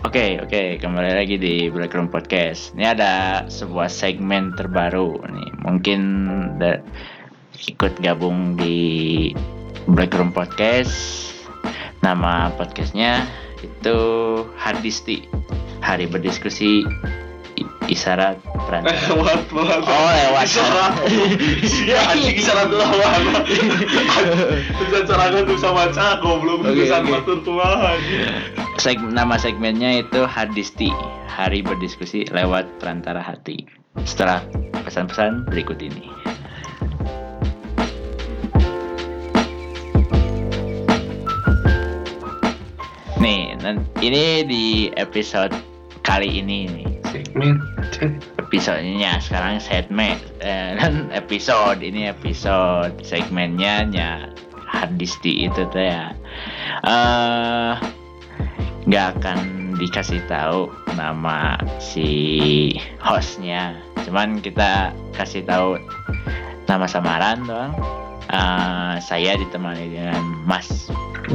Oke, kembali lagi di Black Room Podcast. Ini ada sebuah segmen terbaru nih. Mungkin ikut gabung di Black Room Podcast. Nama podcastnya itu Hadisti, Hari Berdiskusi Isyarat Perantara. Lewat. Isyarat. Ya anjing isyarat tuh lawan. Bisa carakan tuh sama baca goblok bisa matur tuah. Nama segmennya itu Hadisti, Hari Berdiskusi Lewat Perantara Hati. Setelah pesan-pesan berikut ini. Nih, ini di episode kali ini nih. Segmen. Episodenya sekarang segmen dan episode segmennya Hadisti itu tuh ya. Nggak akan dikasih tahu nama si hostnya, cuman kita kasih tahu nama samaran doang. Saya ditemani dengan Mas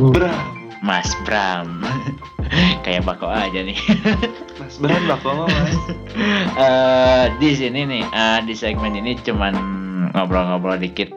Bram. Kayak bako aja nih. Mas Bram bako Mas. Di sini nih, di segmen ini cuman ngobrol-ngobrol dikit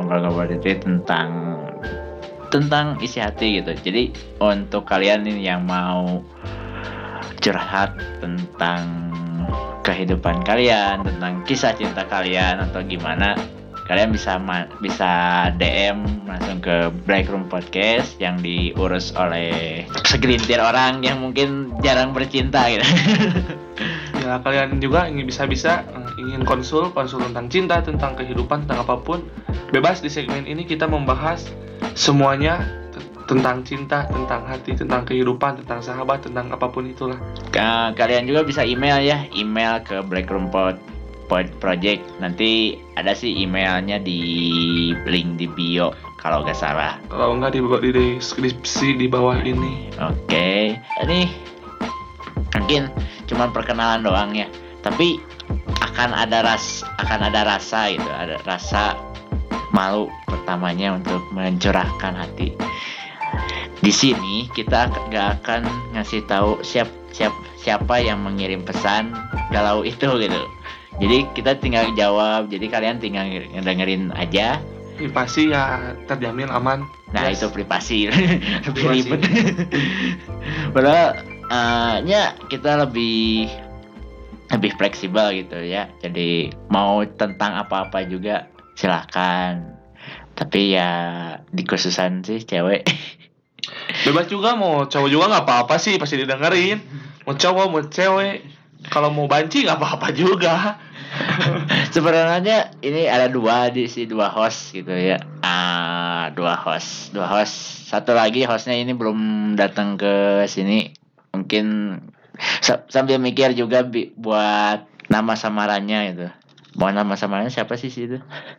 tentang isi hati gitu. Jadi untuk kalian ini yang mau curhat tentang kehidupan kalian, tentang kisah cinta kalian atau gimana, kalian bisa DM langsung ke Black Room Podcast yang diurus oleh segelintir orang yang mungkin jarang bercinta gitu. Ya kalian juga ingin konsul tentang cinta, tentang kehidupan, tentang apapun, bebas. Di segmen ini kita membahas semuanya tentang cinta, tentang hati, tentang kehidupan, tentang sahabat, tentang apapun itulah. Kalian juga bisa email ke Black Room Project. Nanti ada sih emailnya di link di bio kalau nggak salah. Kalau nggak di deskripsi di bawah ini. Oke. Ini mungkin cuma perkenalan doang ya. Tapi akan ada rasa gitu, ada rasa malu pertamanya untuk mencurahkan hati. Di sini kita nggak akan ngasih tahu siapa yang mengirim pesan galau itu gitu. Jadi kita tinggal jawab. Jadi kalian tinggal ngedengerin aja. Privasi ya terjamin aman. Nah yes. Itu privasi. Lebih ribet. Padahal kita lebih fleksibel gitu ya. Jadi mau tentang apa-apa juga silakan. Tapi ya dikhususan sih cewek. Bebas juga, mau cowok juga nggak apa-apa sih, pasti didengerin. Mau cowok mau cewek, kalau mau banci nggak apa-apa juga. Sebenarnya ini ada dua host gitu ya. Dua host. Satu lagi hostnya ini belum datang ke sini. Mungkin sambil mikir juga buat nama samarannya gitu. Mau nama samarannya siapa sih itu?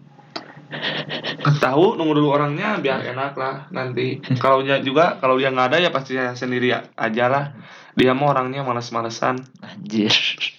Tahu, nunggu dulu orangnya biar enak lah nanti. Kalau dia nggak ada ya pasti saya sendiri aja lah. Dia mau orangnya malas-malesan. Anjir.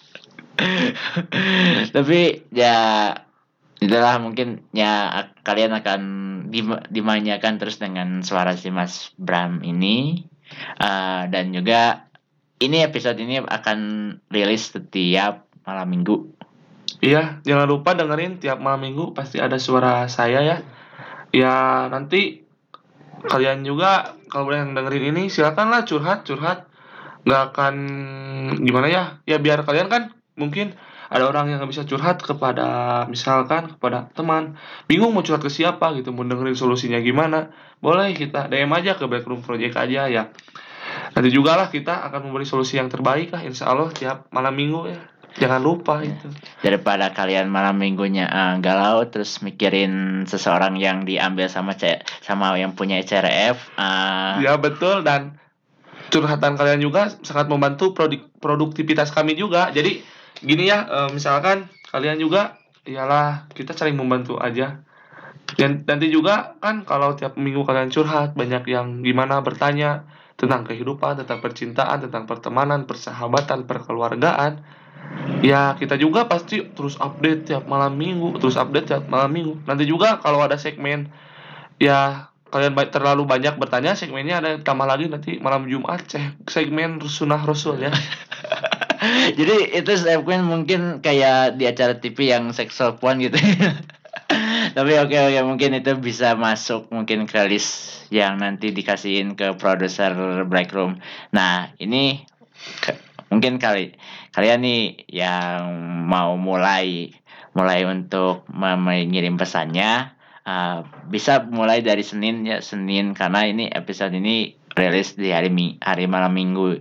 Tapi ya itulah, mungkin ya kalian akan dimanjakan terus dengan suara si Mas Bram ini. Dan juga episode ini akan rilis setiap malam minggu. Iya, jangan lupa dengerin tiap malam minggu, pasti ada suara saya ya. Ya nanti kalian juga kalau yang dengerin ini silakanlah curhat. Nggak akan gimana ya? Ya biar kalian kan mungkin ada orang yang nggak bisa curhat kepada teman, bingung mau curhat ke siapa gitu, mau dengerin solusinya gimana, boleh kita DM aja ke Black Room Project aja ya. Nanti juga lah kita akan memberi solusi yang terbaik lah, insya Allah tiap malam minggu ya. Jangan lupa itu. Daripada kalian malam minggunya galau terus mikirin seseorang yang diambil sama yang punya CRF. Ya betul, dan curhatan kalian juga sangat membantu produktivitas kami juga. Jadi gini ya, misalkan kalian juga, iyalah kita saling membantu aja. Dan nanti juga kan kalau tiap minggu kalian curhat, banyak yang gimana bertanya tentang kehidupan, tentang percintaan, tentang pertemanan, persahabatan, perkeluargaan. Ya kita juga pasti terus update tiap malam minggu. Nanti juga kalau ada segmen ya kalian terlalu banyak bertanya, segmennya ada tambah lagi nanti malam Jumat segmen Sunnah Rasul ya. Jadi itu segmen mungkin kayak di acara TV yang seksual porn gitu. Tapi oke, mungkin itu bisa masuk mungkin ke list yang nanti dikasihin ke produser Break Room. Nah, ini mungkin kalian nih yang mau mulai untuk mengirim pesannya, bisa mulai dari Senin ya, Senin, karena ini episode ini rilis di hari malam Minggu.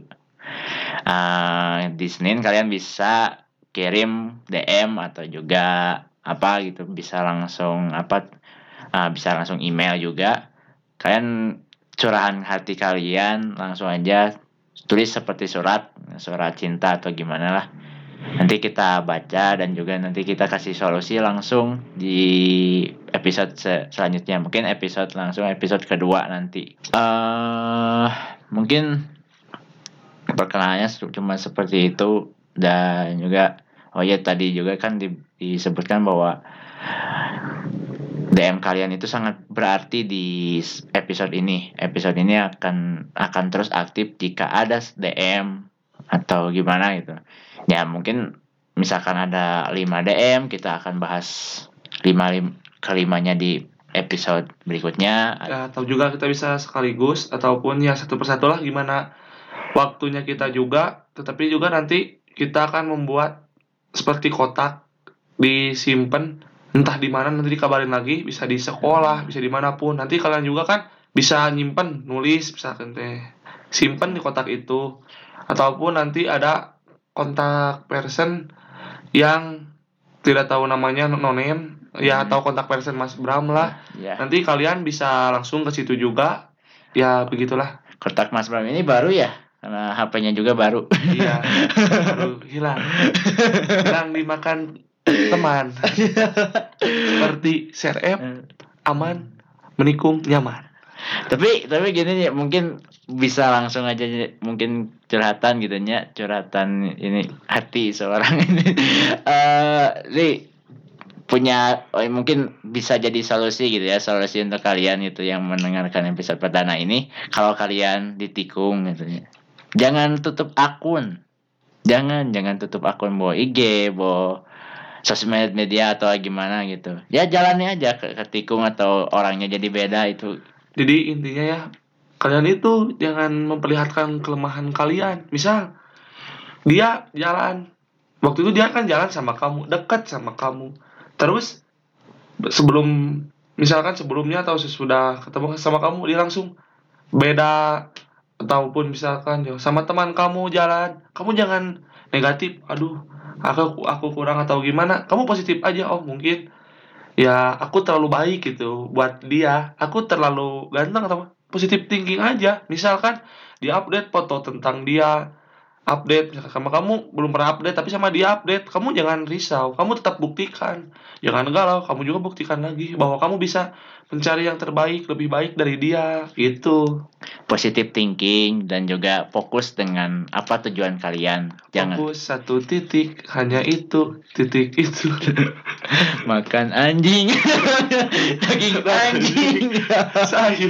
Di Senin kalian bisa kirim DM atau juga apa gitu, bisa langsung email juga. Kalian curahan hati kalian langsung aja tulis seperti surat cinta atau gimana lah. Nanti kita baca dan juga nanti kita kasih solusi langsung di episode selanjutnya. Mungkin episode kedua nanti. Mungkin perkenalannya cuma seperti itu. Dan juga tadi juga kan disebutkan bahwa DM kalian itu sangat berarti di episode ini. Episode ini akan terus aktif jika ada DM atau gimana gitu. Ya mungkin misalkan ada 5 DM, kita akan bahas 5-nya di episode berikutnya. Ya, atau juga kita bisa sekaligus ataupun ya satu persatu lah gimana waktunya kita juga. Tetapi juga nanti kita akan membuat seperti kotak disimpan entah di mana, nanti dikabarin lagi, bisa di sekolah, bisa dimanapun. Nanti kalian juga kan bisa nyimpen, nulis misalkan simpen di kotak itu. Ataupun nanti ada kontak person yang tidak tahu namanya, no name ya, atau kontak person Mas Bram lah. Nanti kalian bisa langsung ke situ juga. Ya begitulah. Kontak Mas Bram ini baru ya, karena HP-nya juga baru. Iya, baru hilang dimakan teman. Seperti share app, aman, menikung, nyaman. Tapi gini ya, mungkin bisa langsung aja mungkin curhatan gitu ya, curhatan ini hati seorang ini. Punya mungkin bisa jadi solusi gitu ya, solusi untuk kalian itu yang mendengarkan episode perdana ini. Kalau kalian ditikung gitu ya, jangan tutup akun. Jangan tutup akun, bawa IG, bawa sosmed media atau gimana gitu. Ya jalani aja ketikung atau orangnya jadi beda itu. Jadi intinya ya, kalian itu jangan memperlihatkan kelemahan kalian. Misal dia jalan, waktu itu dia kan jalan sama kamu, dekat sama kamu. Terus sebelumnya atau sesudah ketemu sama kamu dia langsung beda, ataupun misalkan sama teman kamu jalan, kamu jangan negatif, aduh aku kurang atau gimana. Kamu positif aja, oh mungkin ya aku terlalu baik gitu buat dia, aku terlalu ganteng, atau positif thinking aja. Misalkan dia update foto tentang dia, update misalkan sama kamu belum pernah update tapi sama dia update, kamu jangan risau, kamu tetap buktikan, jangan galau, kamu juga buktikan lagi bahwa kamu bisa mencari yang terbaik, lebih baik dari dia gitu. Positive thinking dan juga fokus dengan apa tujuan kalian. Jangan fokus satu titik, hanya itu, titik itu. Makan anjing, daging anjing, sayur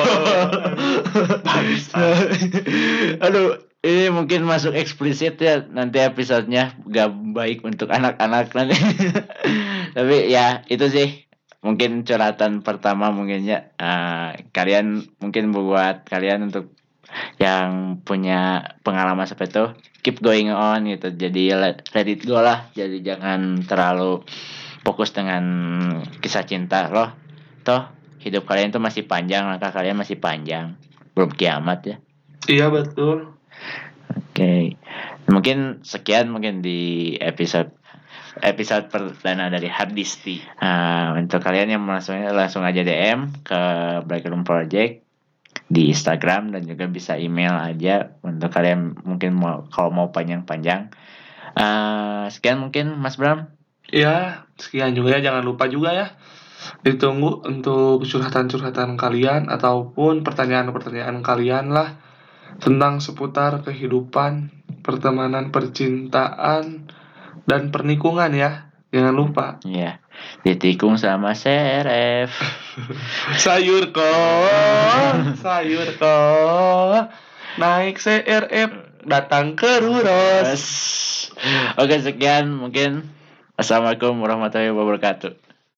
aduh, ini mungkin masuk eksplisit ya, nanti episodenya gak baik untuk anak-anak nanti. Tapi ya itu sih mungkin curhatan pertama mungkinnya. Kalian mungkin buat kalian untuk yang punya pengalaman seperti itu, keep going on gitu. Jadi let it go lah. Jadi jangan terlalu fokus dengan kisah cinta loh. Toh hidup kalian tuh masih panjang, langkah kalian masih panjang, belum kiamat ya. Iya betul. Oke. Mungkin sekian mungkin di episode perdana dari Hardisti. Untuk kalian yang langsung aja DM ke Break Room Project di Instagram, dan juga bisa email aja untuk kalian mungkin kalau mau panjang-panjang. Sekian mungkin Mas Bram. Ya, sekian juga ya. Jangan lupa juga ya, ditunggu untuk curhatan-curhatan kalian ataupun pertanyaan-pertanyaan kalian lah tentang seputar kehidupan, pertemanan, percintaan, dan pernikahan ya. Jangan lupa. Iya. Ditikung sama CRF. Sayur kok naik CRF datang ke Ruros. Oke, sekian mungkin. Assalamualaikum warahmatullahi wabarakatuh.